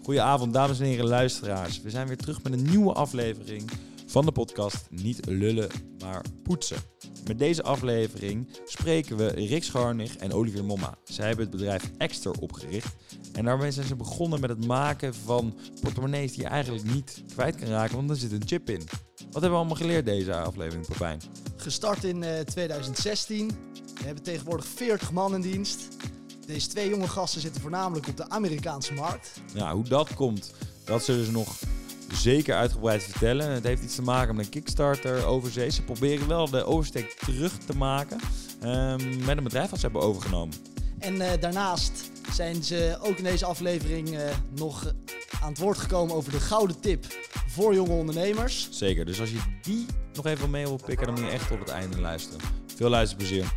Goedenavond, dames en heren luisteraars. We zijn weer terug met een nieuwe aflevering van de podcast Niet lullen, maar poetsen. Met deze aflevering spreken we Rick Scharnig en Olivier Momma. Zij hebben het bedrijf Exter opgericht. En daarmee zijn ze begonnen met het maken van portemonnees die je eigenlijk niet kwijt kan raken, want er zit een chip in. Wat hebben we allemaal geleerd deze aflevering, Pepijn? Gestart in 2016. We hebben tegenwoordig 40 man in dienst. Deze twee jonge gasten zitten voornamelijk op de Amerikaanse markt. Ja, hoe dat komt, dat zullen ze nog zeker uitgebreid vertellen. Het heeft iets te maken met een Kickstarter overzee. Ze proberen wel de oversteek terug te maken met een bedrijf dat ze hebben overgenomen. En daarnaast zijn ze ook in deze aflevering nog aan het woord gekomen over de gouden tip voor jonge ondernemers. Zeker, dus als je die nog even mee wil pikken, dan moet je echt tot het einde luisteren. Veel luisterplezier.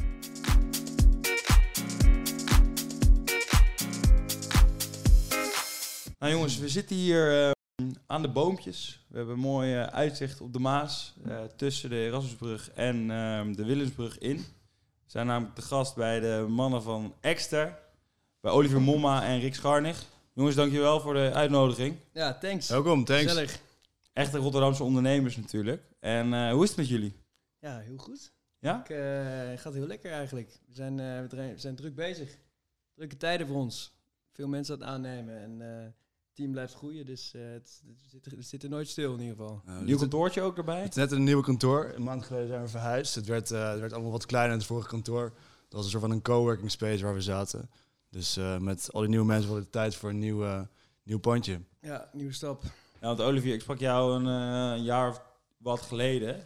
Nou jongens, we zitten hier aan de boompjes. We hebben een mooi uitzicht op de Maas tussen de Erasmusbrug en de Willemsbrug in. We zijn namelijk te gast bij de mannen van Exter, bij Olivier Momma en Rick Scharnig. Jongens, dankjewel voor de uitnodiging. Ja, thanks. Welkom, thanks. Gezellig. Echte Rotterdamse ondernemers natuurlijk. En hoe is het met jullie? Ja, heel goed. Ja? Het gaat heel lekker eigenlijk. We zijn druk bezig. Drukke tijden voor ons. Veel mensen aan het aannemen en het team blijft groeien. Dus het zit er nooit stil in ieder geval. Nieuw kantoortje ook erbij? Het is net een nieuwe kantoor. Een maand geleden zijn we verhuisd. Het werd allemaal wat kleiner dan het vorige kantoor. Dat was een soort van een coworking space waar we zaten. Dus met al die nieuwe mensen wordt het tijd voor een nieuw pandje. Ja, nieuwe stap. Ja, want Olivier, ik sprak jou een jaar of wat geleden.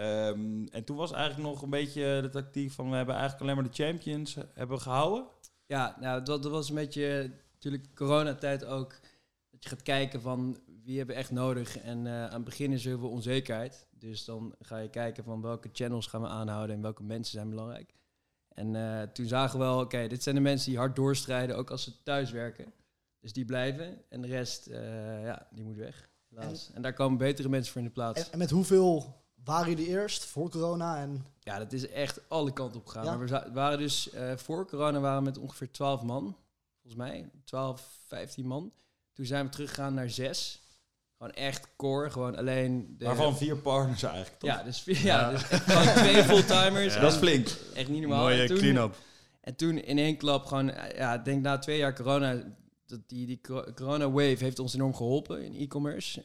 En toen was eigenlijk nog een beetje de tactiek van we hebben eigenlijk alleen maar de champions hebben gehouden. Ja, nou, dat was een beetje natuurlijk coronatijd ook. Dat je gaat kijken van wie hebben we echt nodig. En aan het begin is er heel veel onzekerheid. Dus dan ga je kijken van welke channels gaan we aanhouden en welke mensen zijn belangrijk. En toen zagen we wel, oké, dit zijn de mensen die hard doorstrijden, ook als ze thuis werken. Dus die blijven. En de rest, die moet weg. Helaas. En daar komen betere mensen voor in de plaats. En met hoeveel waren jullie eerst voor corona? Ja, dat is echt alle kanten op gegaan. Ja? Maar we waren dus voor corona waren we met ongeveer 12 man. Volgens mij 12, 15 man. Toen zijn we teruggegaan naar 6. Gewoon echt core, gewoon alleen... Waarvan 4 partners eigenlijk, toch? Ja, dus gewoon 2 fulltimers. Ja, dat is flink. Echt niet normaal. Mooie clean-up. En toen in één klap gewoon, ik denk na 2 jaar corona... Die corona-wave heeft ons enorm geholpen in e-commerce.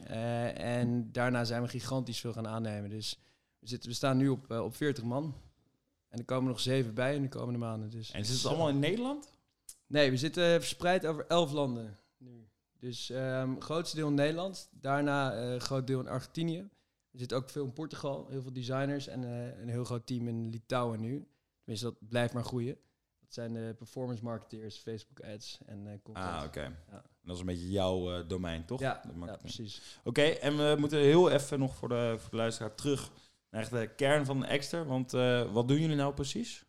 En daarna zijn we gigantisch veel gaan aannemen. Dus we staan nu op 40 man. En er komen nog 7 bij in de komende maanden. Dus. En zit het allemaal in Nederland? Nee, we zitten verspreid over 11 landen nu. Dus grootste deel in Nederland. Daarna een groot deel in Argentinië. Er zit ook veel in Portugal. Heel veel designers. En een heel groot team in Litouwen nu. Tenminste, dat blijft maar groeien. Dat zijn de performance marketeers, Facebook ads en content. Ah, oké. Ja. Dat is een beetje jouw domein, toch? Ja, precies. Oké, en we moeten heel even nog voor de luisteraar terug naar de kern van Exter. Want wat doen jullie nou precies?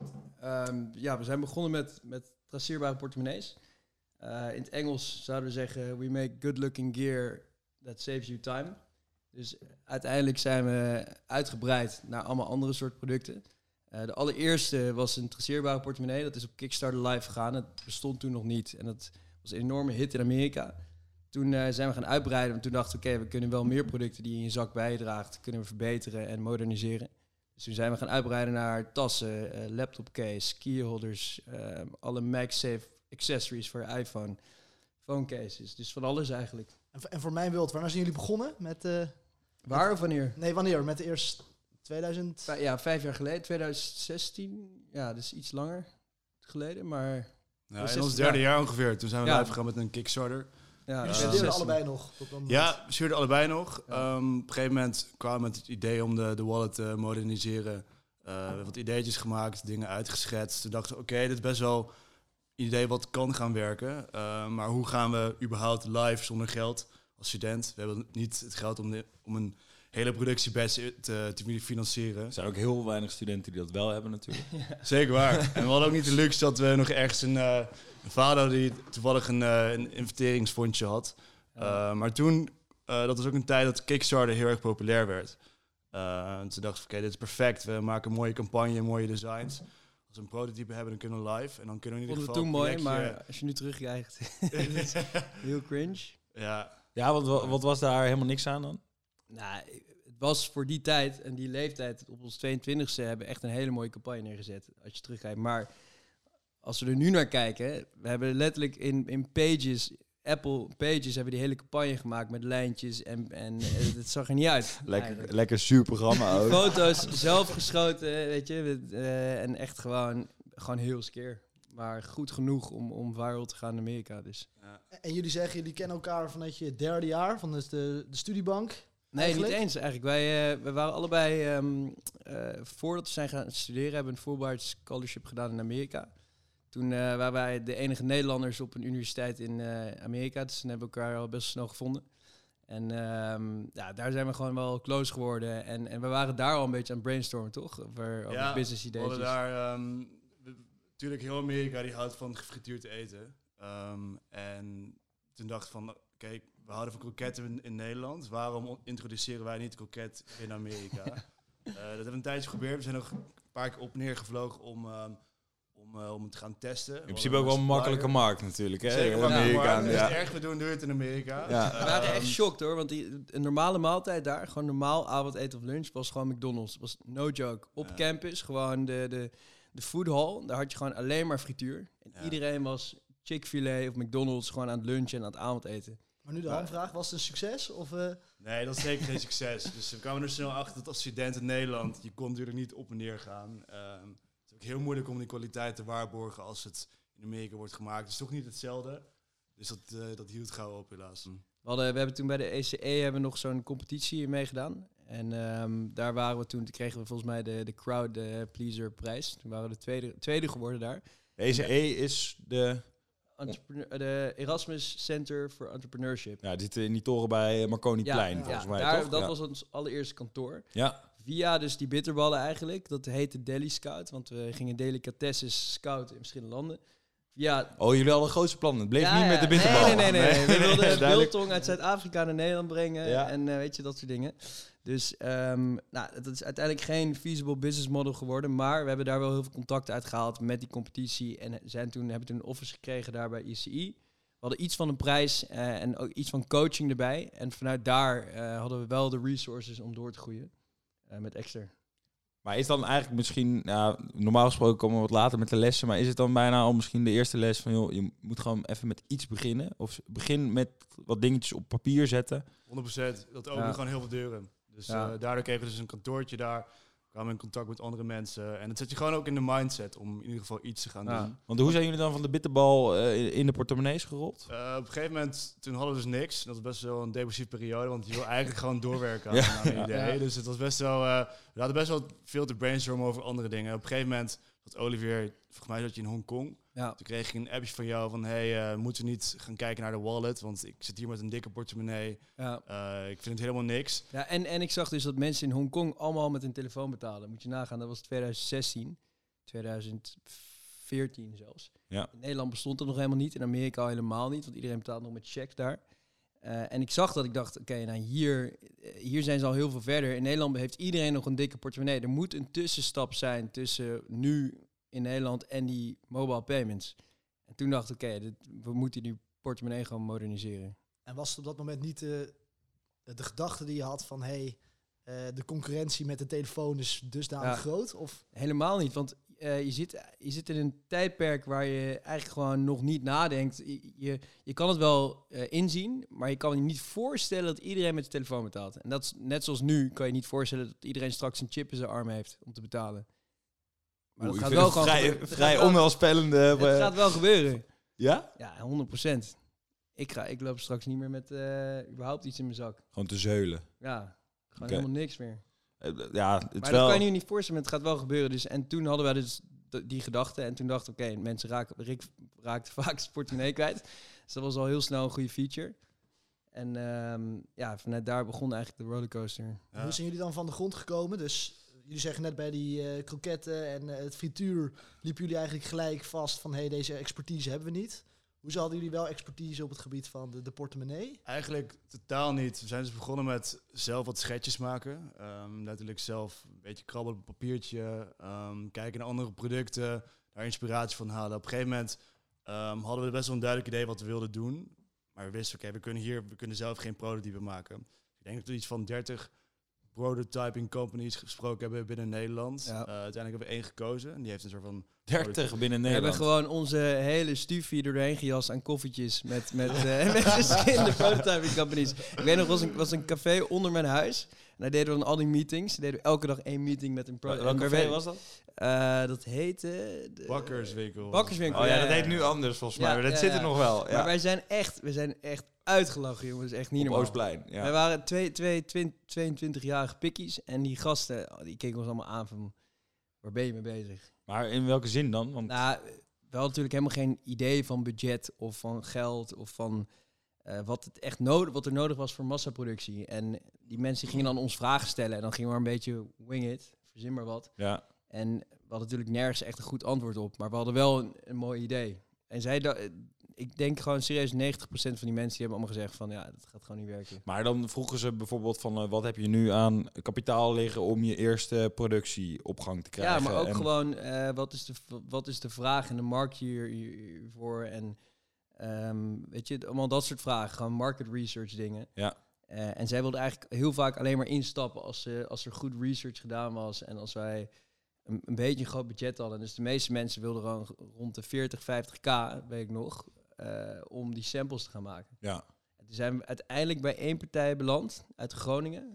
We zijn begonnen met traceerbare portemonnees. In het Engels zouden we zeggen, we make good-looking gear that saves you time. Dus uiteindelijk zijn we uitgebreid naar allemaal andere soort producten. De allereerste was een traceerbare portemonnee. Dat is op Kickstarter live gegaan. Het bestond toen nog niet. En dat was een enorme hit in Amerika. Toen zijn we gaan uitbreiden. Want toen dachten we, we kunnen wel meer producten die je in je zak bij je draagt, kunnen we verbeteren en moderniseren. Dus toen zijn we gaan uitbreiden naar tassen, laptopcase, keyholders, alle MagSafe accessories voor je iPhone, phone cases. Dus van alles eigenlijk. En voor mijn beeld, wanneer zijn jullie begonnen? Waar of wanneer? Nee, wanneer? Met de eerste 2000? 5 jaar geleden, 2016. Ja, dus iets langer geleden, maar... Ja, in ons derde jaar ongeveer. Toen zijn we live gegaan met een Kickstarter. Ja, jullie studeerden allebei nog? Ja, we studeerden allebei nog. Ja. Op een gegeven moment kwamen we met het idee om de wallet te moderniseren. We hebben wat ideetjes gemaakt, dingen uitgeschetst. Toen dachten we, dit is best wel een idee wat kan gaan werken. Maar hoe gaan we überhaupt live zonder geld als student? We hebben niet het geld om een hele productiebatch te financieren. Er zijn ook heel weinig studenten die dat wel hebben natuurlijk. Ja. Zeker waar. En we hadden ook niet de luxe dat we nog ergens een vader die toevallig een investeringsfondje had. Maar toen, dat was ook een tijd dat Kickstarter heel erg populair werd. En toen dachten we, dit is perfect. We maken een mooie campagne, mooie designs. als we een prototype hebben, dan kunnen we live. En dan kunnen we in ieder Vonden we geval toen mooi, maar als je nu terugkijkt, is het heel cringe. Ja, wat was daar helemaal niks aan dan? Nou, het was voor die tijd en die leeftijd, op ons 22e, hebben echt een hele mooie campagne neergezet. Als je terugkijkt. Maar als we er nu naar kijken, we hebben letterlijk in Pages, Apple Pages, hebben die hele campagne gemaakt met lijntjes en het zag er niet uit. Lekker zuur programma ook. Foto's zelf geschoten, weet je, en echt gewoon heel skeer. Maar goed genoeg om viral te gaan in Amerika. Dus. Ja. En jullie zeggen, jullie kennen elkaar vanuit je derde jaar van de studiebank? Nee, eigenlijk? Niet eens eigenlijk. Wij waren allebei, voordat we zijn gaan studeren, hebben een Fulbright Scholarship gedaan in Amerika. Toen waren wij de enige Nederlanders op een universiteit in Amerika. Dus toen hebben we elkaar al best snel gevonden. En daar zijn we gewoon wel close geworden. En we waren daar al een beetje aan brainstormen, toch? Over business ideeën. We hadden daar... natuurlijk, heel Amerika die houdt van gefrituurd eten. En toen dacht ik van... Kijk, we houden van kroketten in Nederland. Waarom introduceren wij niet kroket in Amerika? Dat heeft een tijdje gebeurd. We zijn nog een paar keer op neer gevlogen om het te gaan testen. In principe ook wel een makkelijke markt natuurlijk. Hè? Zeker Amerika. Als het erg we doen, doe je het in Amerika. Ja. We waren echt shocked hoor. Want een normale maaltijd daar, gewoon normaal avondeten of lunch, was gewoon McDonald's. Was no joke. Op campus, gewoon de food hall. Daar had je gewoon alleen maar frituur. En iedereen was Chick-fil-A of McDonald's gewoon aan het lunchen en aan het avondeten. Maar nu de hamvraag, was het een succes? Of, Nee, dat is zeker geen succes. Dus we kwamen er snel achter dat als student in Nederland, je kon natuurlijk niet op en neer gaan. Het is ook heel moeilijk om die kwaliteit te waarborgen als het in Amerika wordt gemaakt. Het is toch niet hetzelfde. Dus dat hield gauw op helaas. We hebben toen bij de ECE nog zo'n competitie meegedaan. En daar waren we toen kregen we volgens mij de Crowd Pleaser prijs. Toen waren we de tweede geworden daar. De ECE is de Erasmus Center for Entrepreneurship. Ja, die zitten in die toren bij Marconiplein volgens mij, toch? Dat was ons allereerste kantoor. Ja. Via dus die bitterballen eigenlijk. Dat heette Deli Scout, want we gingen delicatessen scouten in verschillende landen. Ja. Oh, jullie hadden grote plannen. Het bleef niet met de bitterballen. Nee. We wilden biltong uit Zuid-Afrika naar Nederland brengen. En weet je, dat soort dingen. Dus dat is uiteindelijk geen feasible business model geworden. Maar we hebben daar wel heel veel contacten uit gehaald met die competitie. En hebben toen een offers gekregen daar bij ICI. We hadden iets van een prijs en ook iets van coaching erbij. En vanuit daar hadden we wel de resources om door te groeien met Exter. Maar is dan eigenlijk misschien, normaal gesproken komen we wat later met de lessen, maar is het dan bijna al misschien de eerste les van, joh, je moet gewoon even met iets beginnen? Of begin met wat dingetjes op papier zetten? 100%. Dat opent gewoon heel veel deuren. Dus daardoor kregen we dus een kantoortje daar. Kwamen in contact met andere mensen. En dat zet je gewoon ook in de mindset om in ieder geval iets te gaan doen. Want hoe zijn jullie dan van de bitterbal in de portemonnees gerold? Op een gegeven moment, toen hadden we dus niks. Dat was best wel een depressieve periode, want je wil eigenlijk gewoon doorwerken aan een idee. Ja. Dus het was best wel... we hadden best wel veel te brainstormen over andere dingen. Op een gegeven moment had Olivier, volgens mij zat je in Hongkong. Ja. Toen kreeg ik een appje van jou van, moeten we niet gaan kijken naar de wallet? Want ik zit hier met een dikke portemonnee. Ja. Ik vind het helemaal niks. Ja, en ik zag dus dat mensen in Hongkong allemaal met een telefoon betalen. Moet je nagaan, dat was 2016, 2014 zelfs. Ja. In Nederland bestond dat nog helemaal niet. In Amerika al helemaal niet, want iedereen betaalt nog met checks daar. En ik zag dat, ik dacht, oké, hier zijn ze al heel veel verder. In Nederland heeft iedereen nog een dikke portemonnee. Er moet een tussenstap zijn tussen nu in Nederland en die mobile payments. En toen dacht ik, we moeten die portemonnee gewoon moderniseren. En was het op dat moment niet de gedachte die je had van, de concurrentie met de telefoon is dusdanig groot? Of? Helemaal niet, want je zit in een tijdperk waar je eigenlijk gewoon nog niet nadenkt. Je kan het wel inzien, maar je kan je niet voorstellen dat iedereen met de telefoon betaalt. En dat is net zoals nu, kan je niet voorstellen dat iedereen straks een chip in zijn arm heeft om te betalen. Maar dat gaat wel gewoon vrij onwelspellende. Het gaat wel gebeuren. Ja? Ja, 100%. Ik loop straks niet meer met überhaupt iets in mijn zak. Gewoon te zeulen. Ja, gewoon helemaal niks meer. Maar dat kan je nu niet voorstellen, maar het gaat wel gebeuren. Dus, en toen hadden wij dus die gedachte. En toen dachten we, mensen raakten vaak zijn portemonnee kwijt. Dus dat was al heel snel een goede feature. En vanuit daar begon eigenlijk de rollercoaster. Ja. Hoe zijn jullie dan van de grond gekomen? Dus jullie zeggen net bij die kroketten en het frituur liepen jullie eigenlijk gelijk vast van, deze expertise hebben we niet. Hoezo hadden jullie wel expertise op het gebied van de portemonnee? Eigenlijk totaal niet. We zijn dus begonnen met zelf wat schetsjes maken. Natuurlijk zelf een beetje krabbelen op een papiertje. Kijken naar andere producten. Daar inspiratie van halen. Op een gegeven moment hadden we best wel een duidelijk idee wat we wilden doen. Maar we wisten, oké, we kunnen zelf geen prototype maken. Ik denk dat we iets van 30 prototyping companies gesproken hebben binnen Nederland. Ja. Uiteindelijk hebben we 1 gekozen. En die heeft een soort van... 30 binnen Nederland. We hebben gewoon onze hele stufie doorheen gejast aan koffietjes met verschillende prototyping companies. Ik weet nog, was een café onder mijn huis. En daar deden we dan al die meetings. Deden we elke dag 1 meeting met een Welk café was dat? Dat heette... Bakkerswinkel. Bakkerswinkel. Oh ja, dat heet nu anders volgens mij. Maar dat zit er nog wel. Ja. Maar wij zijn echt uitgelachen, jongens. Echt niet normaal. Oostplein. Ja. Wij waren 22-jarige pikkies. En die gasten, die keken ons allemaal aan van... Waar ben je mee bezig? Maar in welke zin dan? Want... Nou, we hadden natuurlijk helemaal geen idee van budget of van geld of van wat er nodig was voor massaproductie. En die mensen gingen dan ons vragen stellen en dan gingen we maar een beetje wing it, verzin maar wat. Ja. En we hadden natuurlijk nergens echt een goed antwoord op, maar we hadden wel een mooi idee. En ik denk gewoon serieus 90% van die mensen die hebben allemaal gezegd van ja, dat gaat gewoon niet werken. Maar dan vroegen ze bijvoorbeeld van wat heb je nu aan kapitaal liggen om je eerste productie op gang te krijgen? Ja, maar ook gewoon wat is de vraag en de markt hiervoor en weet je, allemaal dat soort vragen. Gewoon market research dingen. Ja. En zij wilden eigenlijk heel vaak alleen maar instappen als er goed research gedaan was en als wij een beetje een groot budget hadden. Dus de meeste mensen wilden gewoon rond de 40, 50k, weet ik nog, om die samples te gaan maken. Ja. En toen zijn we uiteindelijk bij 1 partij beland uit Groningen.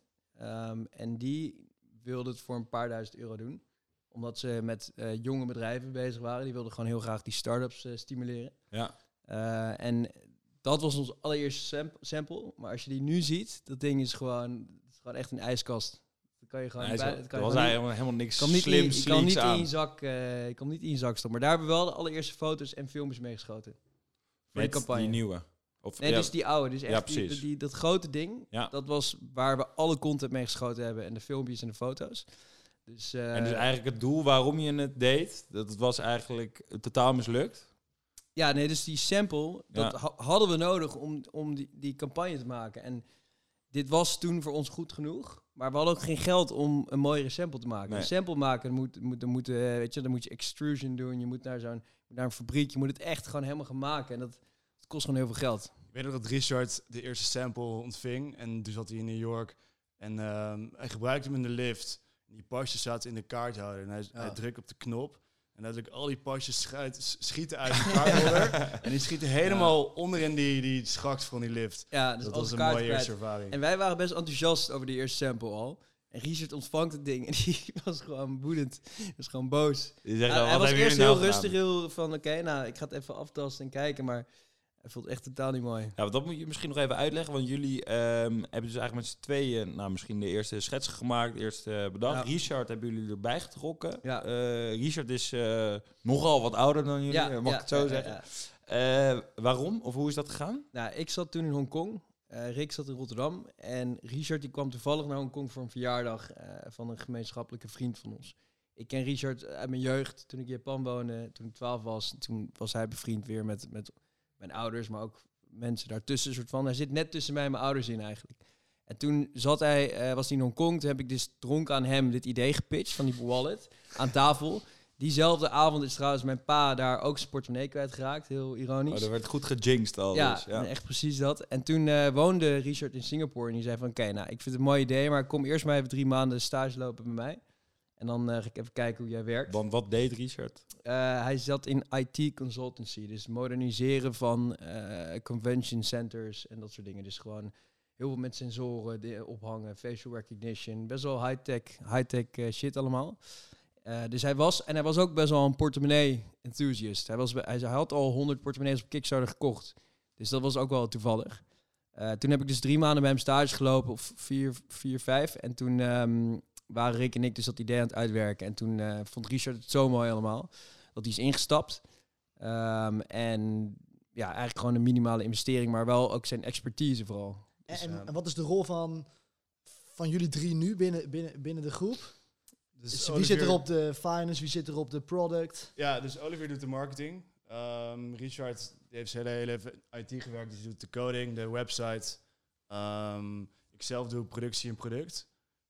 En die wilde het voor een paar duizend euro doen. Omdat ze met jonge bedrijven bezig waren. Die wilden gewoon heel graag die start-ups stimuleren. Ja. En dat was ons allereerste sample. Maar als je die nu ziet, dat ding is gewoon echt een ijskast. Dat kan je gewoon er was helemaal niks slims, je kan niet in je zak stoppen. Maar daar hebben we wel de allereerste foto's en filmpjes mee geschoten. Voor de campagne. Die nieuwe? Of, nee, dus die oude. Dus echt ja, dat grote ding. Ja. Dat was waar we alle content mee geschoten hebben. En de filmpjes en de foto's. Dus, en dus eigenlijk het doel waarom je het deed, dat was eigenlijk totaal mislukt? Ja, nee, dus die sample, dat hadden we nodig om die campagne te maken. En dit was toen voor ons goed genoeg. Maar we hadden ook geen geld om een mooiere sample te maken. Nee. Een sample maken, dan moet je extrusion doen. Je moet naar een fabriek. Je moet het echt gewoon helemaal gaan maken. En dat kost gewoon heel veel geld. Ik weet nog dat Richard de eerste sample ontving. En toen zat hij in New York. En hij gebruikte hem in de lift. Die pasjes zaten in de kaarthouder. En hij drukt op de knop. En natuurlijk al die pasjes schieten uit de kaarthouder. En die schieten helemaal onderin die schaks van die lift. Ja, dus dat was een mooie eerste ervaring. En wij waren best enthousiast over die eerste sample al. En Richard ontvangt het ding en die was gewoon woedend. Was gewoon boos. Hij was eerst heel rustig, heel van oké, nou, ik ga het even aftasten en kijken, maar hij voelt echt totaal niet mooi. Ja, dat moet je misschien nog even uitleggen, want jullie hebben dus eigenlijk met z'n tweeën, misschien de eerste schets gemaakt, de eerste bedacht. Ja. Richard hebben jullie erbij getrokken. Ja. Richard is nogal wat ouder dan jullie, mag ik het zo zeggen. Ja. Waarom? Of hoe is dat gegaan? Nou, ik zat toen in Hongkong. Rick zat in Rotterdam. En Richard die kwam toevallig naar Hongkong voor een verjaardag van een gemeenschappelijke vriend van ons. Ik ken Richard uit mijn jeugd, toen ik in Japan woonde, toen ik 12 was. Toen was hij bevriend weer met mijn ouders, maar ook mensen daartussen. Soort van. Hij zit net tussen mij en mijn ouders in eigenlijk. En toen was hij in Hongkong. Toen heb ik dus dronken aan hem dit idee gepitcht van die wallet aan tafel. Diezelfde avond is trouwens mijn pa daar ook zijn portemonnee kwijtgeraakt. Heel ironisch. Oh, er werd goed gejinxed al. Ja, dus, ja. Echt precies dat. En toen woonde Richard in Singapore. En die zei van, oké, nou, ik vind het een mooi idee, maar kom eerst maar even 3 maanden stage lopen bij mij. En dan ga ik even kijken hoe jij werkt. Want wat deed Richard? Hij zat in IT consultancy. Dus moderniseren van convention centers en dat soort dingen. Dus gewoon heel veel met sensoren ophangen, facial recognition. Best wel high-tech shit allemaal. Dus hij was ook best wel een portemonnee-enthusiast. Hij had al 100 portemonnees op Kickstarter gekocht. Dus dat was ook wel toevallig. Toen heb ik dus 3 maanden bij hem stage gelopen, of 4, 5. En toen waren Rick en ik dus dat idee aan het uitwerken. En toen vond Richard het zo mooi allemaal, dat hij is ingestapt. En ja, eigenlijk gewoon een minimale investering, maar wel ook zijn expertise vooral. Dus, en wat is de rol van jullie 3 nu binnen de groep? Dus wie zit er op de finance, wie zit er op de product? Ja, dus Olivier doet de marketing. Richard die heeft zijn hele IT gewerkt. Dus die doet de coding, de website. Ik zelf doe productie en product.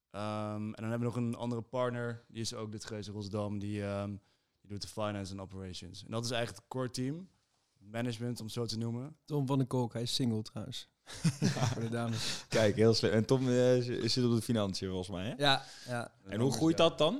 En dan hebben we nog een andere partner. Die is ook dit geweest in Rotterdam. Die doet de finance en operations. En dat is eigenlijk het core team. Management, om het zo te noemen. Tom van den Kolk, hij is single trouwens. Voor de dames. Kijk, heel slim. En Tom zit op de financiën volgens mij, hè? Ja. En hoe groeit dat dan?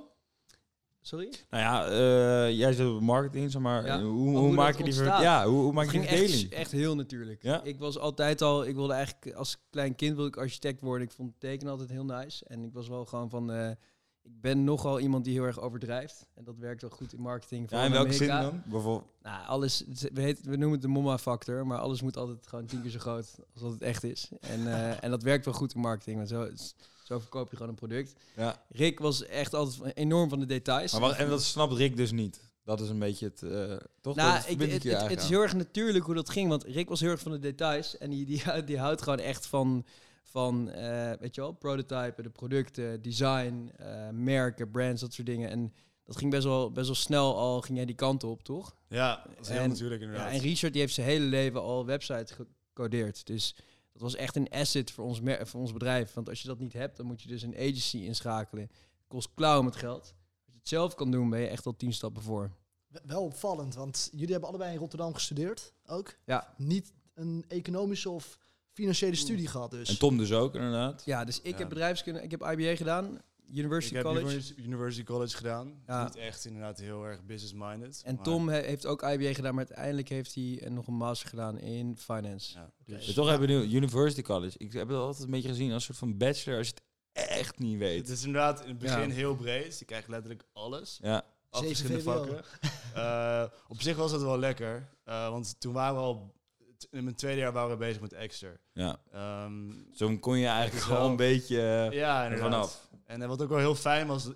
Sorry? Nou ja, jij zit op marketing, zeg maar. Ja. Hoe maak dat je die ontstaat. Ja, hoe maak je Het die ging verdeling? echt heel natuurlijk. Ja? Ik was altijd al, ik wilde eigenlijk als klein kind wilde ik architect worden. Ik vond tekenen altijd heel nice. En ik was wel gewoon van, ik ben nogal iemand die heel erg overdrijft. En dat werkt wel goed in marketing. Ja, in welke zin dan? Bijvoorbeeld. Nou, alles, we noemen het de momma-factor, maar alles moet altijd gewoon 10 keer zo groot als dat het echt is. En dat werkt wel goed in marketing, want zo verkoop je gewoon een product. Ja. Rick was echt altijd enorm van de details. En dat snapt Rick dus niet. Dat is een beetje het... toch? Nou, Dat verbind ik je het eigenlijk is heel erg natuurlijk hoe dat ging, want Rick was heel erg van de details. En die houdt gewoon echt van weet je wel, prototypen, de producten, design, merken, brands, dat soort dingen. En dat ging best wel snel al, ging jij die kant op, toch? Ja, dat is heel natuurlijk inderdaad. Ja, en Richard die heeft zijn hele leven al websites gecodeerd. Dus dat was echt een asset voor ons bedrijf. Want als je dat niet hebt, dan moet je dus een agency inschakelen. Kost klauwen met geld. Als je het zelf kan doen, ben je echt al 10 stappen voor. Wel opvallend, want jullie hebben allebei in Rotterdam gestudeerd, ook. Ja. Niet een economische of financiële studie gehad dus. En Tom dus ook, inderdaad. Ja, dus ik Ja. heb bedrijfskunde, ik heb IBA gedaan, University Ik heb College. University College gedaan. Ja. Niet echt inderdaad heel erg business-minded. En maar- Tom heeft ook IBA gedaan, maar uiteindelijk heeft hij nog een master gedaan in finance. Ja. Dus, Dus toch hebben we nu University College. Ik heb het altijd een beetje gezien als een soort van bachelor als je het echt niet weet. Het is inderdaad in het begin Ja. heel breed. Je krijgt letterlijk alles. Ja. Alle 7 verschillende VWO. vakken. Op zich was dat wel lekker. Want toen waren we al... In mijn tweede jaar waren we bezig met Exter. Ja. Ehm, Zo kon je eigenlijk Het is gewoon wel- een beetje ja, ervan inderdaad. af. En wat ook wel heel fijn was...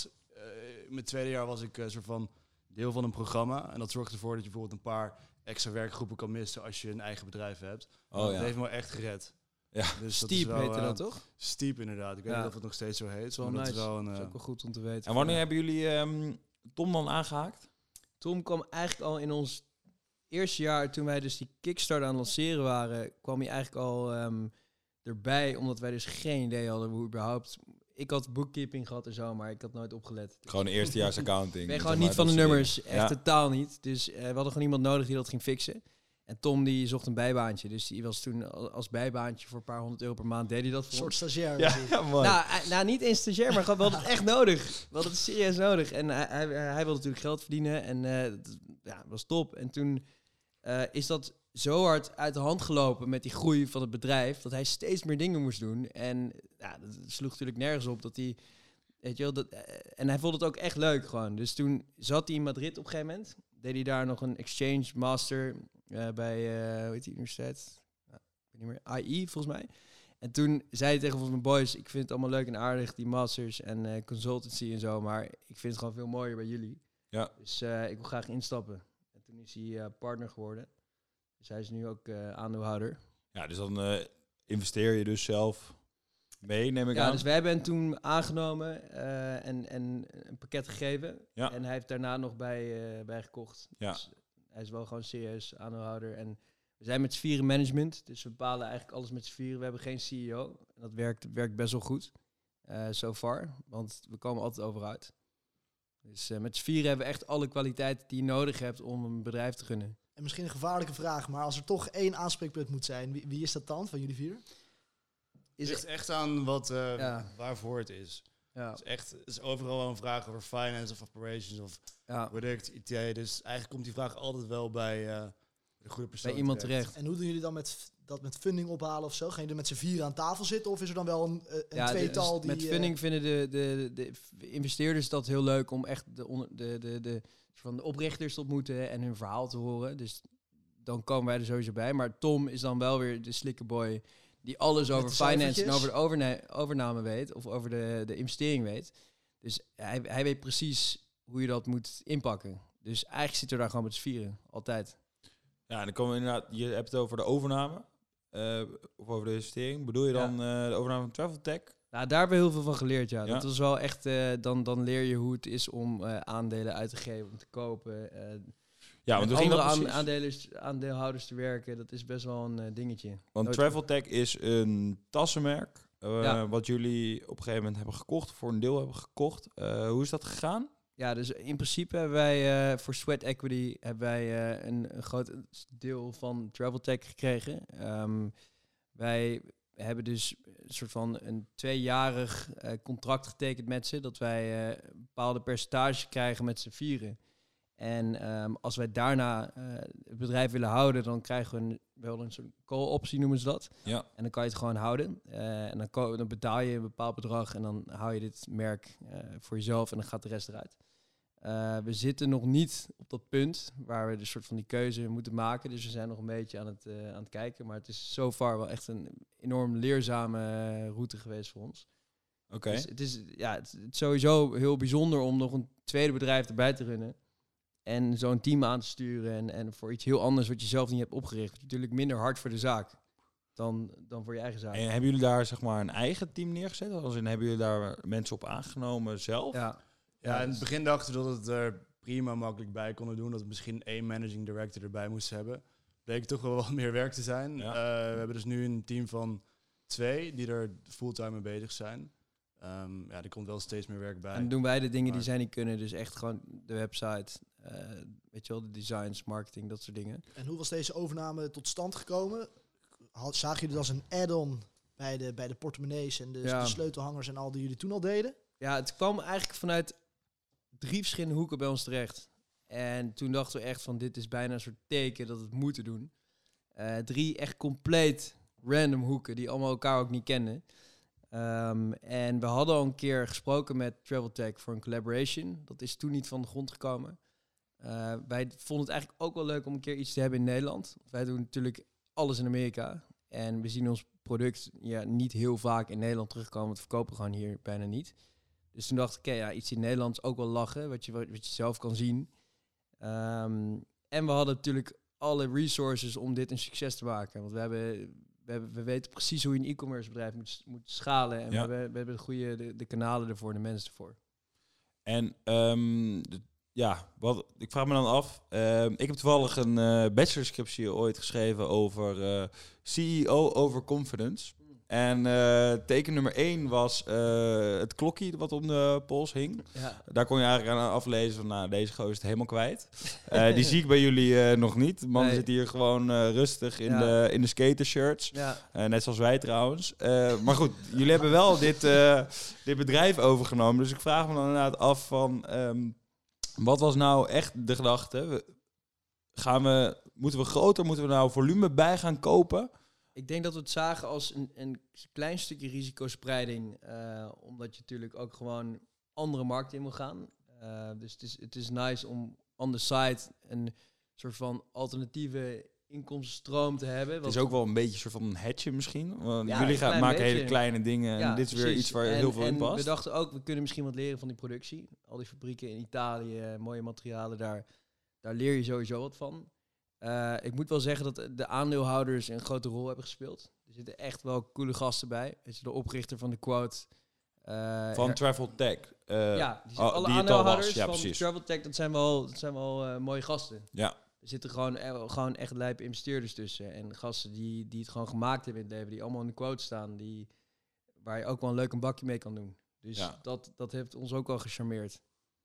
in mijn tweede jaar was ik soort van deel van een programma. En dat zorgt ervoor dat je bijvoorbeeld een paar extra werkgroepen kan missen als je een eigen bedrijf hebt. Oh Dat ja. heeft me wel echt gered. Ja. Dus dat is Steep wel, heette dat, toch? Steep inderdaad. Ik weet Ja. niet of het nog steeds zo heet. Dat is wel maar nice. dat is wel een... Dat is ook wel goed om te weten. En wanneer hebben jullie Tom dan aangehaakt? Tom kwam eigenlijk al in ons eerste jaar, toen wij dus die Kickstarter aan het lanceren waren, kwam hij eigenlijk al erbij, omdat wij dus geen idee hadden hoe überhaupt... Ik had bookkeeping gehad en zo, maar ik had nooit opgelet. Gewoon eerstejaars accounting. Ik ben zeg gewoon maar, niet van de dat soort nummers, echt Ja. totaal niet. Dus we hadden gewoon iemand nodig die dat ging fixen. En Tom die zocht een bijbaantje, dus die was toen als bijbaantje voor een paar €100 per maand, deed hij dat Een voor soort ons. stagiair. dingen. was hij. Ja, mooi. Nou, niet eens stagiair, maar gewoon, we hadden het echt nodig. We hadden het serieus nodig. En hij wilde natuurlijk geld verdienen en dat was top. En toen is dat zo hard uit de hand gelopen met die groei van het bedrijf, dat hij steeds meer dingen moest doen. En ja, dat sloeg natuurlijk nergens op dat hij... Weet je wel, en hij vond het ook echt leuk gewoon. Dus toen zat hij in Madrid op een gegeven moment. Deed hij daar nog een exchange master bij, hoe heet die universiteit? Nou, ik weet niet meer, IE volgens mij. En toen zei hij tegen ons, mijn boys, ik vind het allemaal leuk en aardig, die masters en consultancy en zo, maar ik vind het gewoon veel mooier bij jullie. Ja. Dus ik wil graag instappen. En toen is hij partner geworden. Dus hij is nu ook aandeelhouder. Ja, dus dan investeer je dus zelf mee, neem ik Ja, aan. dus wij hebben hem toen aangenomen en een pakket gegeven. Ja. En hij heeft daarna nog bij gekocht. Ja. Dus hij is wel gewoon serieus aandeelhouder. En we zijn met z'n vieren management, dus we bepalen eigenlijk alles met z'n vieren. We hebben geen CEO. En dat werkt best wel goed, so far. Want we komen altijd over uit. Dus met z'n vieren hebben we echt alle kwaliteiten die je nodig hebt om een bedrijf te runnen. En misschien een gevaarlijke vraag, maar als er toch één aanspreekpunt moet zijn, wie is dat dan van jullie vier? Het ligt echt aan wat, Ja. waarvoor het is. Ja, Het is overal wel een vraag over finance of operations of ja. product, IT. Dus eigenlijk komt die vraag altijd wel bij de goede persoon Bij iemand terecht. En hoe doen jullie dan met funding ophalen of zo? Gaan jullie er met z'n vieren aan tafel zitten? Of is er dan wel een tweetal die... Met funding vinden de investeerders dat heel leuk om echt de oprichters te ontmoeten en hun verhaal te horen. Dus dan komen wij er sowieso bij. Maar Tom is dan wel weer de slicker boy die alles Met over de finance en cijfertjes. over de overname weet. Of over de investering weet. Dus hij weet precies hoe je dat moet inpakken. Dus eigenlijk zitten we daar gewoon met z'n vieren. Altijd. Ja, en dan komen we inderdaad... Je hebt het over de overname. Of over de investering. Bedoel je Ja. dan de overname van Travel Tech? Nou, daar hebben we heel veel van geleerd, ja. Ja? Dat was wel echt... dan leer je hoe het is om aandelen uit te geven, om te kopen. Ja, want met we gingen andere dat precies. aandeelhouders te werken, dat is best wel een dingetje. Want Nooit- Traveltech is een tassenmerk. Ja. Wat jullie op een gegeven moment hebben gekocht. Voor een deel hebben gekocht. Hoe is dat gegaan? Ja, dus in principe hebben wij voor Sweat Equity een groot deel van Traveltech gekregen. Wij hebben dus een soort van een 2-jarig contract getekend met ze, dat wij een bepaalde percentage krijgen met z'n vieren. En als wij daarna het bedrijf willen houden, dan krijgen we wel een soort call-optie, noemen ze dat. Ja. En dan kan je het gewoon houden. En dan betaal je een bepaald bedrag en dan hou je dit merk voor jezelf en dan gaat de rest eruit. We zitten nog niet op dat punt waar we de soort van die keuze moeten maken. Dus we zijn nog een beetje aan het kijken. Maar het is so far wel echt een enorm leerzame route geweest voor ons. Oké. Dus het is sowieso heel bijzonder om nog een tweede bedrijf erbij te runnen. En zo'n team aan te sturen en voor iets heel anders wat je zelf niet hebt opgericht. Het is natuurlijk minder hard voor de zaak dan voor je eigen zaak. En hebben jullie daar zeg maar een eigen team neergezet? Als in, hebben jullie daar mensen op aangenomen zelf? Ja. Ja, in het begin dachten we dat we het er prima makkelijk bij konden doen. Dat we misschien 1 managing director erbij moesten hebben. Bleek toch wel wat meer werk te zijn. Ja. We hebben dus nu een team van 2 die er fulltime mee bezig zijn. Er komt wel steeds meer werk bij. En doen wij de dingen die Maar- zij niet kunnen. Dus echt gewoon de website, weet je wel, de designs, marketing, dat soort dingen. En hoe was deze overname tot stand gekomen? Zagen jullie het als een add-on bij de portemonnees en de sleutelhangers en al die jullie toen al deden? Ja, het kwam eigenlijk vanuit 3 verschillende hoeken bij ons terecht. En toen dachten we echt van, dit is bijna een soort teken dat we het moeten doen. 3 echt compleet random hoeken die allemaal elkaar ook niet kennen. En we hadden al een keer gesproken met Traveltech voor een collaboration. Dat is toen niet van de grond gekomen. Wij vonden het eigenlijk ook wel leuk om een keer iets te hebben in Nederland. Wij doen natuurlijk alles in Amerika. En we zien ons product niet heel vaak in Nederland terugkomen. Want we verkopen gewoon hier bijna niet. Dus toen dacht ik, iets in Nederland is ook wel lachen. Wat je zelf kan zien. En we hadden natuurlijk alle resources om dit een succes te maken. Want we weten precies hoe je een e-commerce bedrijf moet schalen. En Ja. we hebben de kanalen ervoor, de mensen ervoor. En ik vraag me dan af. Ik heb toevallig een bachelorscriptie ooit geschreven over CEO over confidence. En teken nummer 1 was het klokje wat om de pols hing. Ja. Daar kon je eigenlijk aan aflezen van, nou, deze gozer is het helemaal kwijt. Die zie ik bij jullie nog niet. De man Nee. zit hier gewoon rustig in de skatershirts. Ja. Net zoals wij trouwens. Maar goed, jullie hebben wel dit bedrijf overgenomen. Dus ik vraag me dan inderdaad af van... wat was nou echt de gedachte? Moeten we groter, moeten we nou volume bij gaan kopen? Ik denk dat we het zagen als een klein stukje risicospreiding. Omdat je natuurlijk ook gewoon andere markten in wil gaan. Dus het is nice om on the side een soort van alternatieve inkomstenstroom te hebben. Het is ook wel een beetje een soort van een hedge misschien. Want Ja, jullie een klein maken beetje. hele kleine dingen. Ja, En dit is weer precies. iets waar heel veel in En past. we dachten ook, we kunnen misschien wat leren van die productie. Al die fabrieken in Italië, mooie materialen, daar leer je sowieso wat van. Ik moet wel zeggen dat de aandeelhouders een grote rol hebben gespeeld. Er zitten echt wel coole gasten bij. Weet je, de oprichter van de Quote. Van Traveltech. Ja, die zijn alle die het al aandeelhouders was. Ja, van precies. Traveltech, dat zijn wel mooie gasten. Ja. Er zitten gewoon echt lijpe investeerders tussen. En gasten die het gewoon gemaakt hebben in het leven. Die allemaal in de Quote staan. Waar je ook wel een leuk een bakje mee kan doen. Dus Ja. dat heeft ons ook wel gecharmeerd.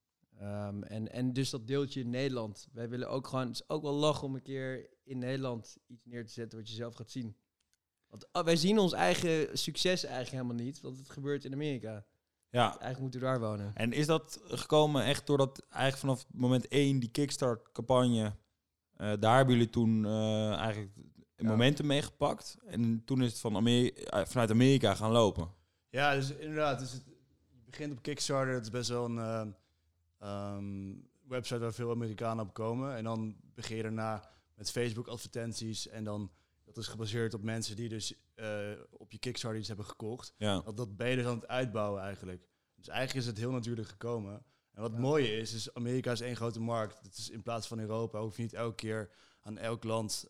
En dus dat deeltje in Nederland. Wij willen ook gewoon... Het is ook wel lachen om een keer in Nederland iets neer te zetten wat je zelf gaat zien. Want wij zien ons eigen succes eigenlijk helemaal niet. Want het gebeurt in Amerika. Ja. Eigenlijk moeten we daar wonen. En is dat gekomen echt doordat eigenlijk vanaf moment 1 die Kickstart-campagne... daar hebben jullie toen eigenlijk momenten mee gepakt. En toen is het vanuit Amerika gaan lopen. Ja, dus inderdaad. Dus je begint op Kickstarter. Het is best wel een website waar veel Amerikanen op komen. En dan begin je daarna met Facebook advertenties. En dan, dat is gebaseerd op mensen die dus op je Kickstarter iets hebben gekocht. Ja. Dat ben je dus aan het uitbouwen eigenlijk. Dus eigenlijk is het heel natuurlijk gekomen. En wat het mooie is Amerika is één grote markt. Het is in plaats van Europa hoef je niet elke keer aan elk land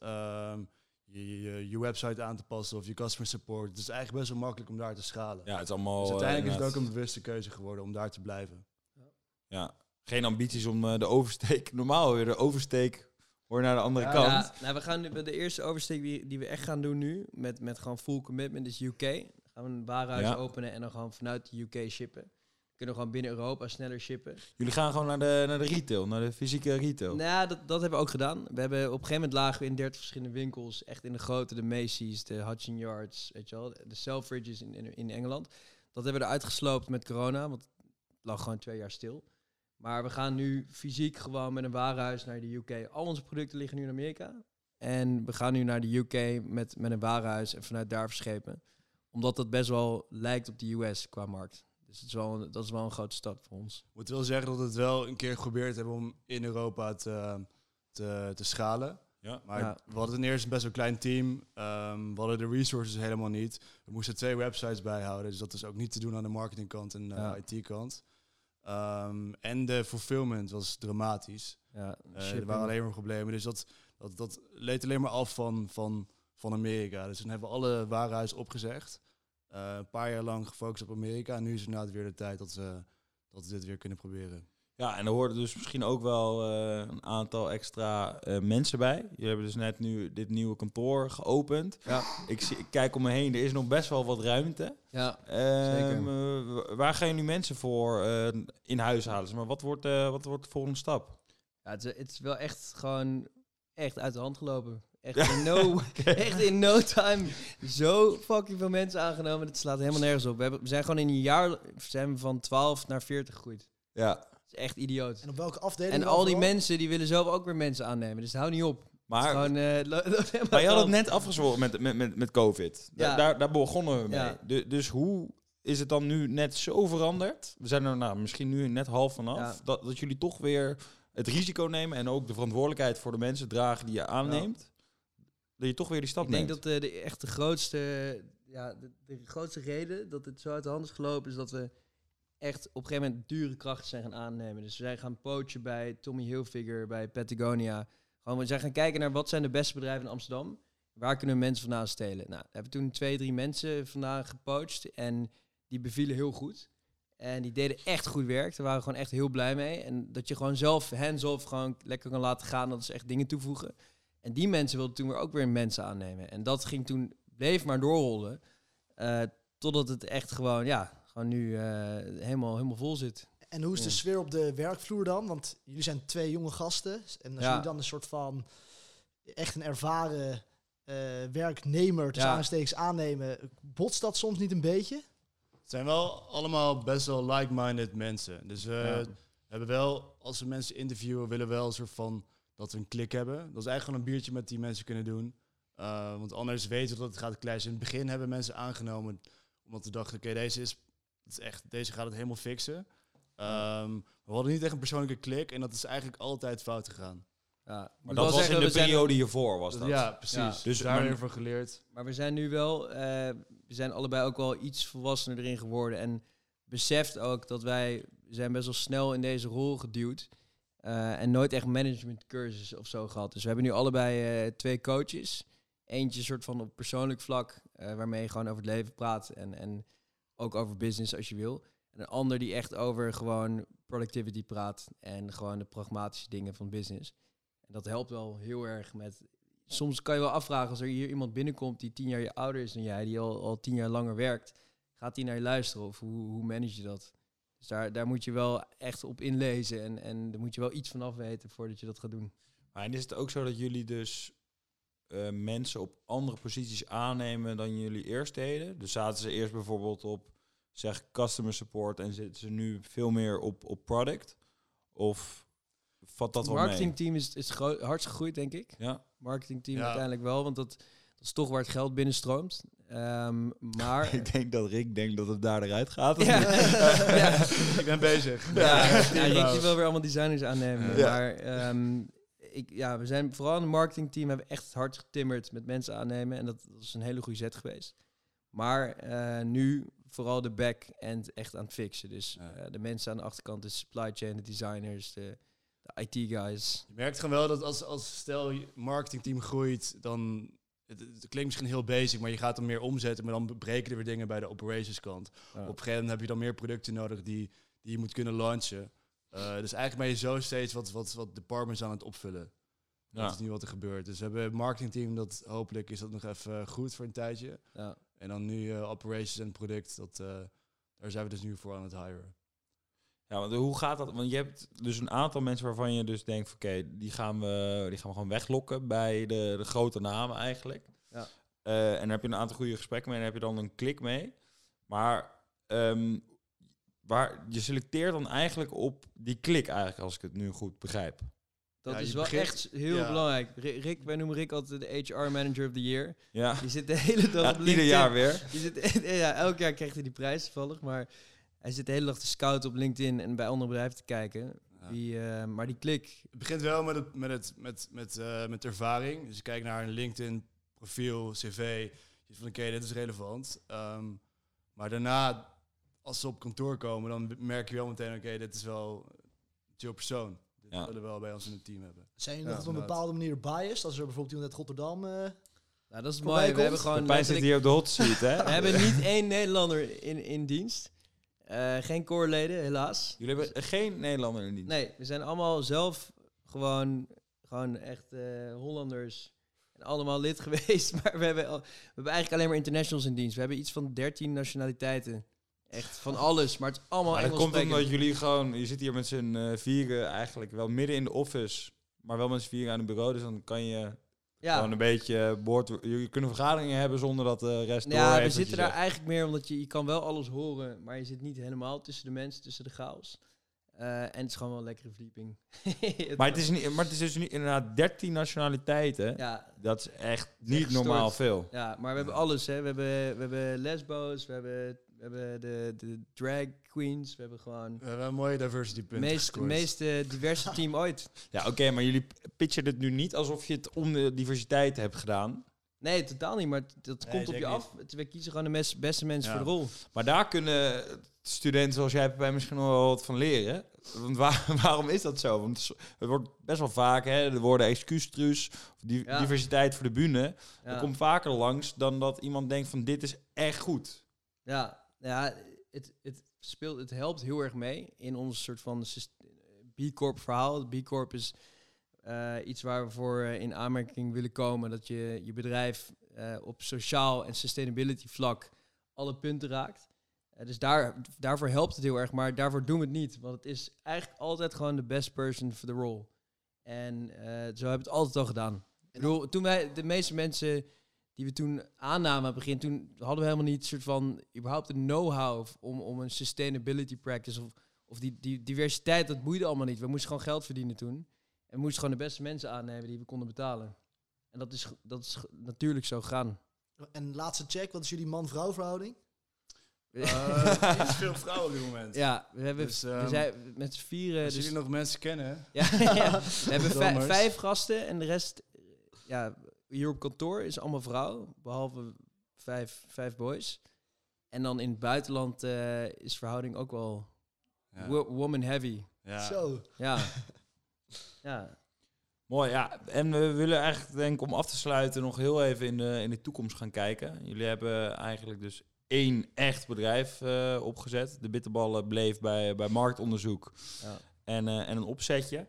je website aan te passen of je customer support. Het is eigenlijk best wel makkelijk om daar te schalen. Ja, het is allemaal... Dus uiteindelijk is het ook inderdaad- een bewuste keuze geworden om daar te blijven. Ja. Geen ambities om de oversteek... Normaal weer de oversteek Hoor naar de andere Ja, kant. ja. Nou, we gaan de eerste oversteek die we echt gaan doen nu, met gewoon full commitment, is UK. Gaan we een warenhuis openen en dan gewoon vanuit de UK shippen. Kunnen we gewoon binnen Europa sneller shippen. Jullie gaan gewoon naar de retail, naar de fysieke retail. Nou, dat hebben we ook gedaan. We hebben op een gegeven moment lagen we in 30 verschillende winkels. Echt in de grote, de Macy's, de Hudson Yards, weet je wel. De Selfridges in Engeland. Dat hebben we eruit gesloopt met corona, want het lag gewoon 2 jaar stil. Maar we gaan nu fysiek gewoon met een warenhuis naar de UK. Al onze producten liggen nu in Amerika. En we gaan nu naar de UK met een warenhuis en vanuit daar verschepen. Omdat dat best wel lijkt op de US qua markt. Dus dat is wel een grote stap voor ons. Ik moet wel zeggen dat we het wel een keer geprobeerd hebben om in Europa te schalen. Ja. Maar we hadden ten eerste best wel een klein team. We hadden de resources helemaal niet. We moesten 2 websites bijhouden. Dus dat is ook niet te doen aan de marketingkant en de IT-kant. En de fulfillment was dramatisch. Ja, Er waren alleen maar problemen. Dus dat leed alleen maar af van Amerika. Dus toen hebben we alle warenhuizen opgezegd. Een paar jaar lang gefocust op Amerika. En nu is het inderdaad weer de tijd dat we dit weer kunnen proberen. Ja, en er hoorden dus misschien ook wel een aantal extra mensen bij. Jullie hebben dus net nu dit nieuwe kantoor geopend. Ja. Ik kijk om me heen, er is nog best wel wat ruimte. Ja, Waar gaan jullie mensen voor in huis halen? Maar wat wordt de volgende stap? Ja, het is wel echt gewoon echt uit de hand gelopen. Echt in no time zo fucking veel mensen aangenomen. Dat slaat helemaal nergens op. We zijn gewoon in een jaar van 12 naar 40 gegroeid. Ja. Dat is echt idioot. En op welke afdeling? En al die mensen die willen zelf ook weer mensen aannemen. Dus hou niet op. Maar Maar je had het net afgezworen met COVID. Ja. Daar begonnen we mee. Ja. Dus hoe is het dan nu net zo veranderd? We zijn er misschien nu net half vanaf. Ja. Dat jullie toch weer het risico nemen en ook de verantwoordelijkheid voor de mensen dragen die je aanneemt. Dat je toch weer die stap neemt. Ik denk dat de grootste reden dat het zo uit de hand is gelopen is dat we echt op een gegeven moment dure krachten zijn gaan aannemen. Dus we zijn gaan poachen bij Tommy Hilfiger, bij Patagonia. Gewoon, we zijn gaan kijken naar wat zijn de beste bedrijven in Amsterdam. Waar kunnen we mensen vandaan stelen? Nou, we hebben toen 2-3 mensen vandaan gepoacht en die bevielen heel goed. En die deden echt goed werk. Daar waren we gewoon echt heel blij mee. En dat je gewoon zelf hands-off gewoon lekker kan laten gaan. Dat is echt dingen toevoegen. En die mensen wilden toen weer ook weer mensen aannemen. En dat ging toen, bleef maar doorrollen. Totdat het echt gewoon nu helemaal vol zit. En hoe is de sfeer op de werkvloer dan? Want jullie zijn 2 jonge gasten. En als jullie dan een soort van echt een ervaren werknemer tussen aanstekens aannemen, botst dat soms niet een beetje? Het zijn wel allemaal best wel like-minded mensen. Dus we hebben wel, als we mensen interviewen, willen we wel een soort van dat we een klik hebben. Dat is eigenlijk gewoon een biertje met die mensen kunnen doen. Want anders weten we dat het gaat clashen. In het begin hebben mensen aangenomen, omdat we dachten, oké, deze gaat het helemaal fixen. We hadden niet echt een persoonlijke klik en dat is eigenlijk altijd fout gegaan. Ja, maar dat was in de periode hiervoor, was dat? Ja, precies. Ja. Dus daar weer van geleerd. Maar we zijn nu wel, we zijn allebei ook wel iets volwassener erin geworden. En beseft ook dat wij zijn best wel snel in deze rol geduwd. En nooit echt managementcursus of zo gehad. Dus we hebben nu allebei 2 coaches. Eentje soort van op persoonlijk vlak, waarmee je gewoon over het leven praat. En ook over business als je wil. En een ander die echt over gewoon productivity praat. En gewoon de pragmatische dingen van business. En dat helpt wel heel erg met... Soms kan je wel afvragen, als er hier iemand binnenkomt die 10 jaar ouder is dan jij, die al 10 jaar langer werkt, gaat die naar je luisteren? Of hoe manage je dat? Dus daar moet je wel echt op inlezen en daar moet je wel iets van af weten voordat je dat gaat doen. Maar en is het ook zo dat jullie dus mensen op andere posities aannemen dan jullie eerst deden? Dus zaten ze eerst bijvoorbeeld op, zeg, customer support en zitten ze nu veel meer op product? Of vat dat wel mee? Het marketingteam is hard gegroeid, denk ik. Ja. Marketingteam uiteindelijk wel, want dat is toch waar het geld binnenstroomt. Maar ik denk dat Rick denkt dat het daar eruit gaat. Ja. Ik ben bezig. Rick die wil weer allemaal designers aannemen. Ja. Maar we zijn vooral in het marketingteam hebben echt hard getimmerd met mensen aannemen. En dat is een hele goede zet geweest. Maar nu vooral de back-end echt aan het fixen. Dus de mensen aan de achterkant, de supply chain, de designers, de IT-guys. Je merkt gewoon wel dat als stel je marketingteam groeit, dan... Het klinkt misschien heel basic, maar je gaat dan meer omzetten, maar dan breken er weer dingen bij de operations kant. Ja. Op een gegeven moment heb je dan meer producten nodig die je moet kunnen launchen. Dus eigenlijk ben je zo steeds wat departments aan het opvullen. Dat is niet wat er gebeurt. Dus we hebben een marketingteam dat hopelijk is dat nog even goed voor een tijdje. Ja. En dan nu operations en product, daar zijn we dus nu voor aan het hiren. Ja, want hoe gaat dat? Want je hebt dus een aantal mensen waarvan je dus denkt, oké, die gaan we gewoon weglokken bij de grote namen eigenlijk. Ja. En dan heb je een aantal goede gesprekken mee en dan heb je dan een klik mee. Maar waar je selecteert dan eigenlijk op die klik eigenlijk, als ik het nu goed begrijp. Dat Ja, is je wel begint- echt heel ja. belangrijk. Rick, wij noemen Rick altijd de HR Manager of the Year. Ja, Die zit de hele dag op ieder LinkedIn. jaar weer. Die zit, ja, elk jaar krijgt hij die prijs toevallig. Maar hij zit de hele dag te scouten op LinkedIn en bij andere bedrijven te kijken. Ja. Maar die klik... Het begint wel met ervaring. Dus je kijkt naar een LinkedIn profiel, cv. Je ziet van oké, dit is relevant. Maar daarna, als ze op kantoor komen, dan merk je wel meteen oké, dit is wel een chill persoon. Dit willen we wel bij ons in het team hebben. Zijn jullie nog op een bepaalde manier biased? Als er bijvoorbeeld iemand uit Rotterdam... Nou, dat is Voorbij mooi. We komt. hebben gewoon Pepijn zit hier op de hot seat, hè? we hebben niet één Nederlander in dienst. Geen coreleden, helaas. Jullie hebben geen Nederlander in dienst. Nee, we zijn allemaal zelf gewoon echt Hollanders. En allemaal lid geweest. Maar we hebben eigenlijk alleen maar internationals in dienst. We hebben iets van 13 nationaliteiten. Echt van alles. Maar het is allemaal Maar dat Engels komt omdat sprekend. jullie gewoon... Je zit hier met z'n vieren eigenlijk wel midden in de office. Maar wel met z'n vieren aan het bureau. Dus dan kan je gewoon een beetje... Jullie kunnen vergaderingen hebben zonder dat de rest door Ja, we heeft wat zitten je daar zegt. eigenlijk meer omdat je kan wel alles horen. Maar je zit niet helemaal tussen de mensen, tussen de chaos. En het is gewoon wel een lekkere verdieping. Maar het is dus niet inderdaad 13 nationaliteiten. Ja, Dat is echt is niet echt normaal gestoord. veel. ja, maar we hebben alles. Hè. We hebben lesbo's, we hebben de drag queens. We hebben gewoon We hebben een mooie diversity punt het meeste diverse team ooit. Ja, oké, maar jullie pitchen het nu niet alsof je het om de diversiteit hebt gedaan. Nee, totaal niet. Maar dat Nee, komt op je zeker af. We kiezen gewoon de beste mensen Ja. voor de rol. Maar daar kunnen studenten zoals jij bij misschien nog wel wat van leren. Want waarom is dat zo? Want het wordt best wel vaak, hè, de woorden excuustruus, of Ja. diversiteit voor de bühne. Ja. Dat komt vaker langs dan dat iemand denkt van dit is echt goed. Ja, het helpt heel erg mee in ons soort van B Corp verhaal. B Corp is iets waar we voor in aanmerking willen komen. Dat je bedrijf op sociaal en sustainability vlak alle punten raakt. Dus daarvoor helpt het heel erg, maar daarvoor doen we het niet. Want het is eigenlijk altijd gewoon de best person for the role. En zo hebben we het altijd al gedaan. Ik bedoel, toen de meeste mensen die we toen aannamen aan het begin, toen hadden we helemaal niet soort van überhaupt een know-how om een sustainability practice of die diversiteit, dat boeide allemaal niet. We moesten gewoon geld verdienen toen. En we moesten gewoon de beste mensen aannemen die we konden betalen. En dat is natuurlijk zo gegaan. En laatste check, wat is jullie man-vrouw verhouding? Niet veel vrouwen op dit moment. Ja, we Dus, zijn met z'n vieren. Als Dus, jullie nog mensen kennen, ja, we hebben Dammers. 5 gasten en de rest, hier op kantoor is allemaal vrouw, behalve 5 boys. En dan in het buitenland is verhouding ook wel woman heavy. Ja. Zo. Ja. Ja. Mooi, ja. En we willen eigenlijk, denk ik, om af te sluiten nog heel even in de toekomst gaan kijken. Jullie hebben eigenlijk dus 1 echt bedrijf opgezet. De bitterballen bleef bij marktonderzoek Ja. en een opzetje.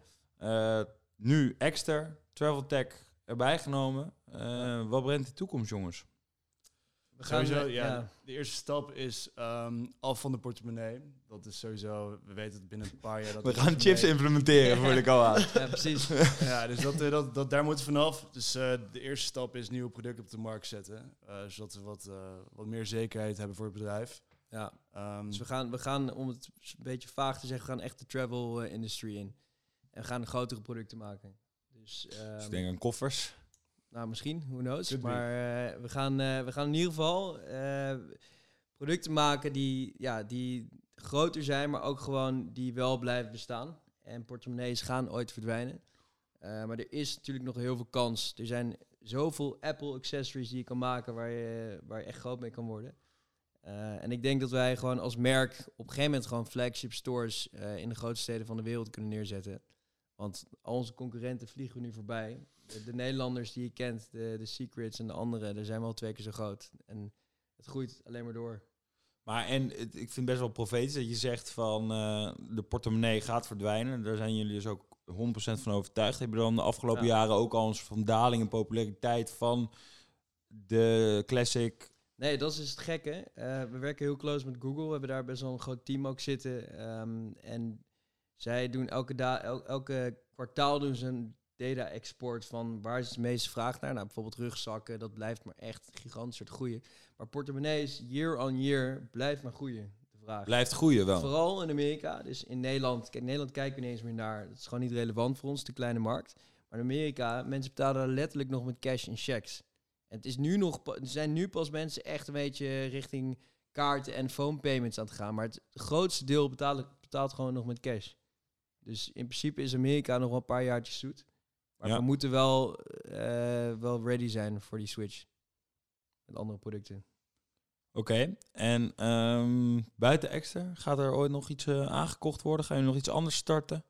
Nu Exter, Travel Tech erbij genomen. Wat brengt de toekomst, jongens? We gaan, Sowieso, de eerste stap is af van de portemonnee. Dat is sowieso, we weten het binnen een paar jaar. Dat We de gaan chips portemonnee- implementeren, voel ik al aan. Ja, precies. Ja, dus daar moeten we vanaf. Dus de eerste stap is nieuwe producten op de markt zetten. Zodat we wat meer zekerheid hebben voor het bedrijf. Ja. Dus we gaan, om het een beetje vaag te zeggen, we gaan echt de travel industry in. En we gaan grotere producten maken. Dus, Dus ik denk aan koffers. nou, misschien, who knows. Could be. Maar we gaan in ieder geval producten maken die groter zijn, maar ook gewoon die wel blijven bestaan. En portemonnees gaan ooit verdwijnen. Maar er is natuurlijk nog heel veel kans. Er zijn zoveel Apple accessories die je kan maken waar je echt groot mee kan worden. En ik denk dat wij gewoon als merk op een gegeven moment gewoon flagship stores in de grootste steden van de wereld kunnen neerzetten. Want al onze concurrenten vliegen we nu voorbij. De Nederlanders die je kent, de Secrets en de anderen, daar zijn we al 2 keer zo groot. En het groeit alleen maar door. Maar ik vind het best wel profetisch dat je zegt van de portemonnee gaat verdwijnen. Daar zijn jullie dus ook van overtuigd. Heb je dan de afgelopen jaren ook al een soort van daling in populariteit van de classic? Nee, dat is het gekke. We werken heel close met Google. We hebben daar best wel een groot team ook zitten. En zij doen elke kwartaal doen ze een data-export van waar is de meeste vraag naar. Nou, bijvoorbeeld rugzakken, dat blijft maar echt gigantisch het groeien. Maar portemonnees, year on year, blijft maar groeien. De vraag. Blijft groeien wel. Vooral in Amerika. Dus in Nederland kijken we niet eens meer naar. Dat is gewoon niet relevant voor ons, de kleine markt. Maar in Amerika, mensen betalen letterlijk nog met cash en checks. En er zijn nu pas mensen echt een beetje richting kaarten en phone payments aan het gaan. Maar het grootste deel betaalt gewoon nog met cash. Dus in principe is Amerika nog wel een paar jaartjes zoet. Maar we moeten wel ready zijn voor die switch. Met andere producten. Oké. En buiten Exter, gaat er ooit nog iets aangekocht worden? Gaan jullie nog iets anders starten?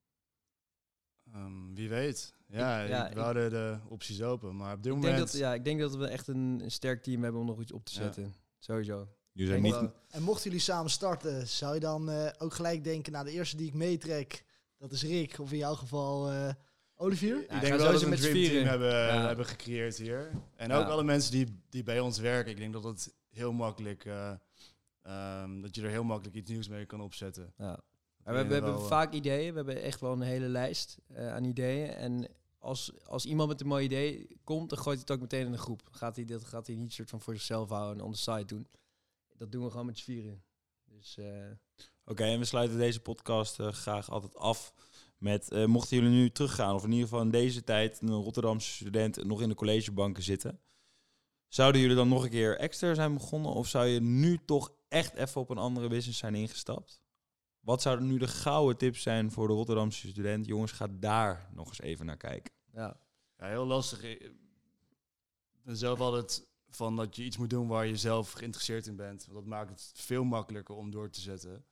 Wie weet. Ja, we houden de opties open. Maar op dit moment... Ik denk dat we echt een sterk team hebben om nog iets op te zetten. Ja. Sowieso. En mochten jullie samen starten, zou je dan ook gelijk denken... nou, de eerste die ik meetrek, dat is Rick. Of in jouw geval Olivier? Ik denk wel dat we een dreamteam hebben gecreëerd hier. En ook alle mensen die bij ons werken. Ik denk dat het heel makkelijk... dat je er heel makkelijk iets nieuws mee kan opzetten. Ja. Maar we hebben vaak ideeën. We hebben echt wel een hele lijst aan ideeën. En als iemand met een mooi idee komt, dan gooit hij het ook meteen in de groep. Dat gaat hij niet soort van voor zichzelf houden en on the side doen. Dat doen we gewoon met z'n vieren. Dus, Oké, en we sluiten deze podcast graag altijd af met... mochten jullie nu teruggaan, of in ieder geval in deze tijd... een Rotterdamse student nog in de collegebanken zitten... zouden jullie dan nog een keer extra zijn begonnen? Of zou je nu toch echt even op een andere business zijn ingestapt? Wat zouden nu de gouden tips zijn voor de Rotterdamse student? Jongens, ga daar nog eens even naar kijken. Ja, heel lastig. Ik ben zelf altijd van dat je iets moet doen waar je zelf geïnteresseerd in bent. Want dat maakt het veel makkelijker om door te zetten.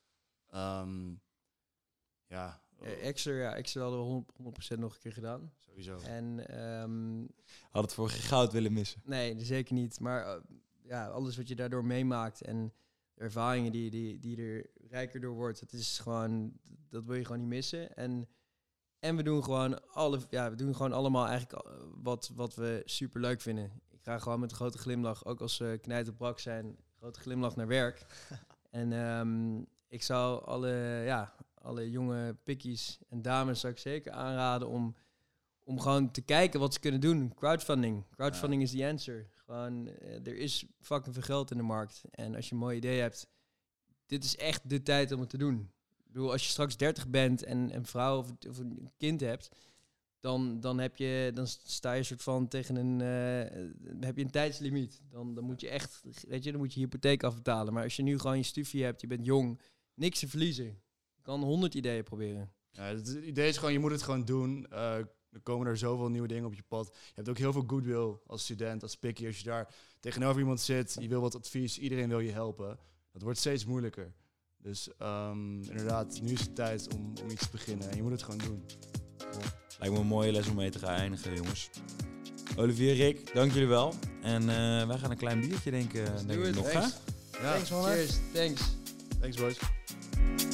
Extra hadden we 100% nog een keer gedaan. Sowieso. En had het voor geen goud willen missen? Nee, zeker niet. Maar alles wat je daardoor meemaakt en de ervaringen die er rijker door wordt, dat wil je gewoon niet missen. En we doen gewoon allemaal eigenlijk wat we super leuk vinden. Ik ga gewoon met een grote glimlach, ook als we knijterbrak zijn, een grote glimlach naar werk. En ik zou alle jonge pikkies en dames zou ik zeker aanraden om gewoon te kijken wat ze kunnen doen. Crowdfunding is the answer. Gewoon, er is fucking veel geld in de markt. En als je een mooi idee hebt, dit is echt de tijd om het te doen. Ik bedoel, als je straks 30 bent en een vrouw of een kind hebt, dan sta je soort van tegen heb je een tijdslimiet. Dan moet je echt, dan moet je hypotheek afbetalen. Maar als je nu gewoon je studie hebt, je bent jong, niks te verliezen. Je kan 100 ideeën proberen. Ja, het idee is gewoon, je moet het gewoon doen. Er komen er zoveel nieuwe dingen op je pad. Je hebt ook heel veel goodwill als student, als pikkie. Als je daar tegenover iemand zit, je wil wat advies, iedereen wil je helpen. Dat wordt steeds moeilijker. Dus inderdaad, nu is het tijd om iets te beginnen. En je moet het gewoon doen. Lijkt me een mooie les om mee te gaan eindigen, jongens. Olivier, Rick, dank jullie wel. En wij gaan een klein biertje denken. Denk ik nog, hè? Ja. Thanks, man. Cheers, thanks. Thanks, boys.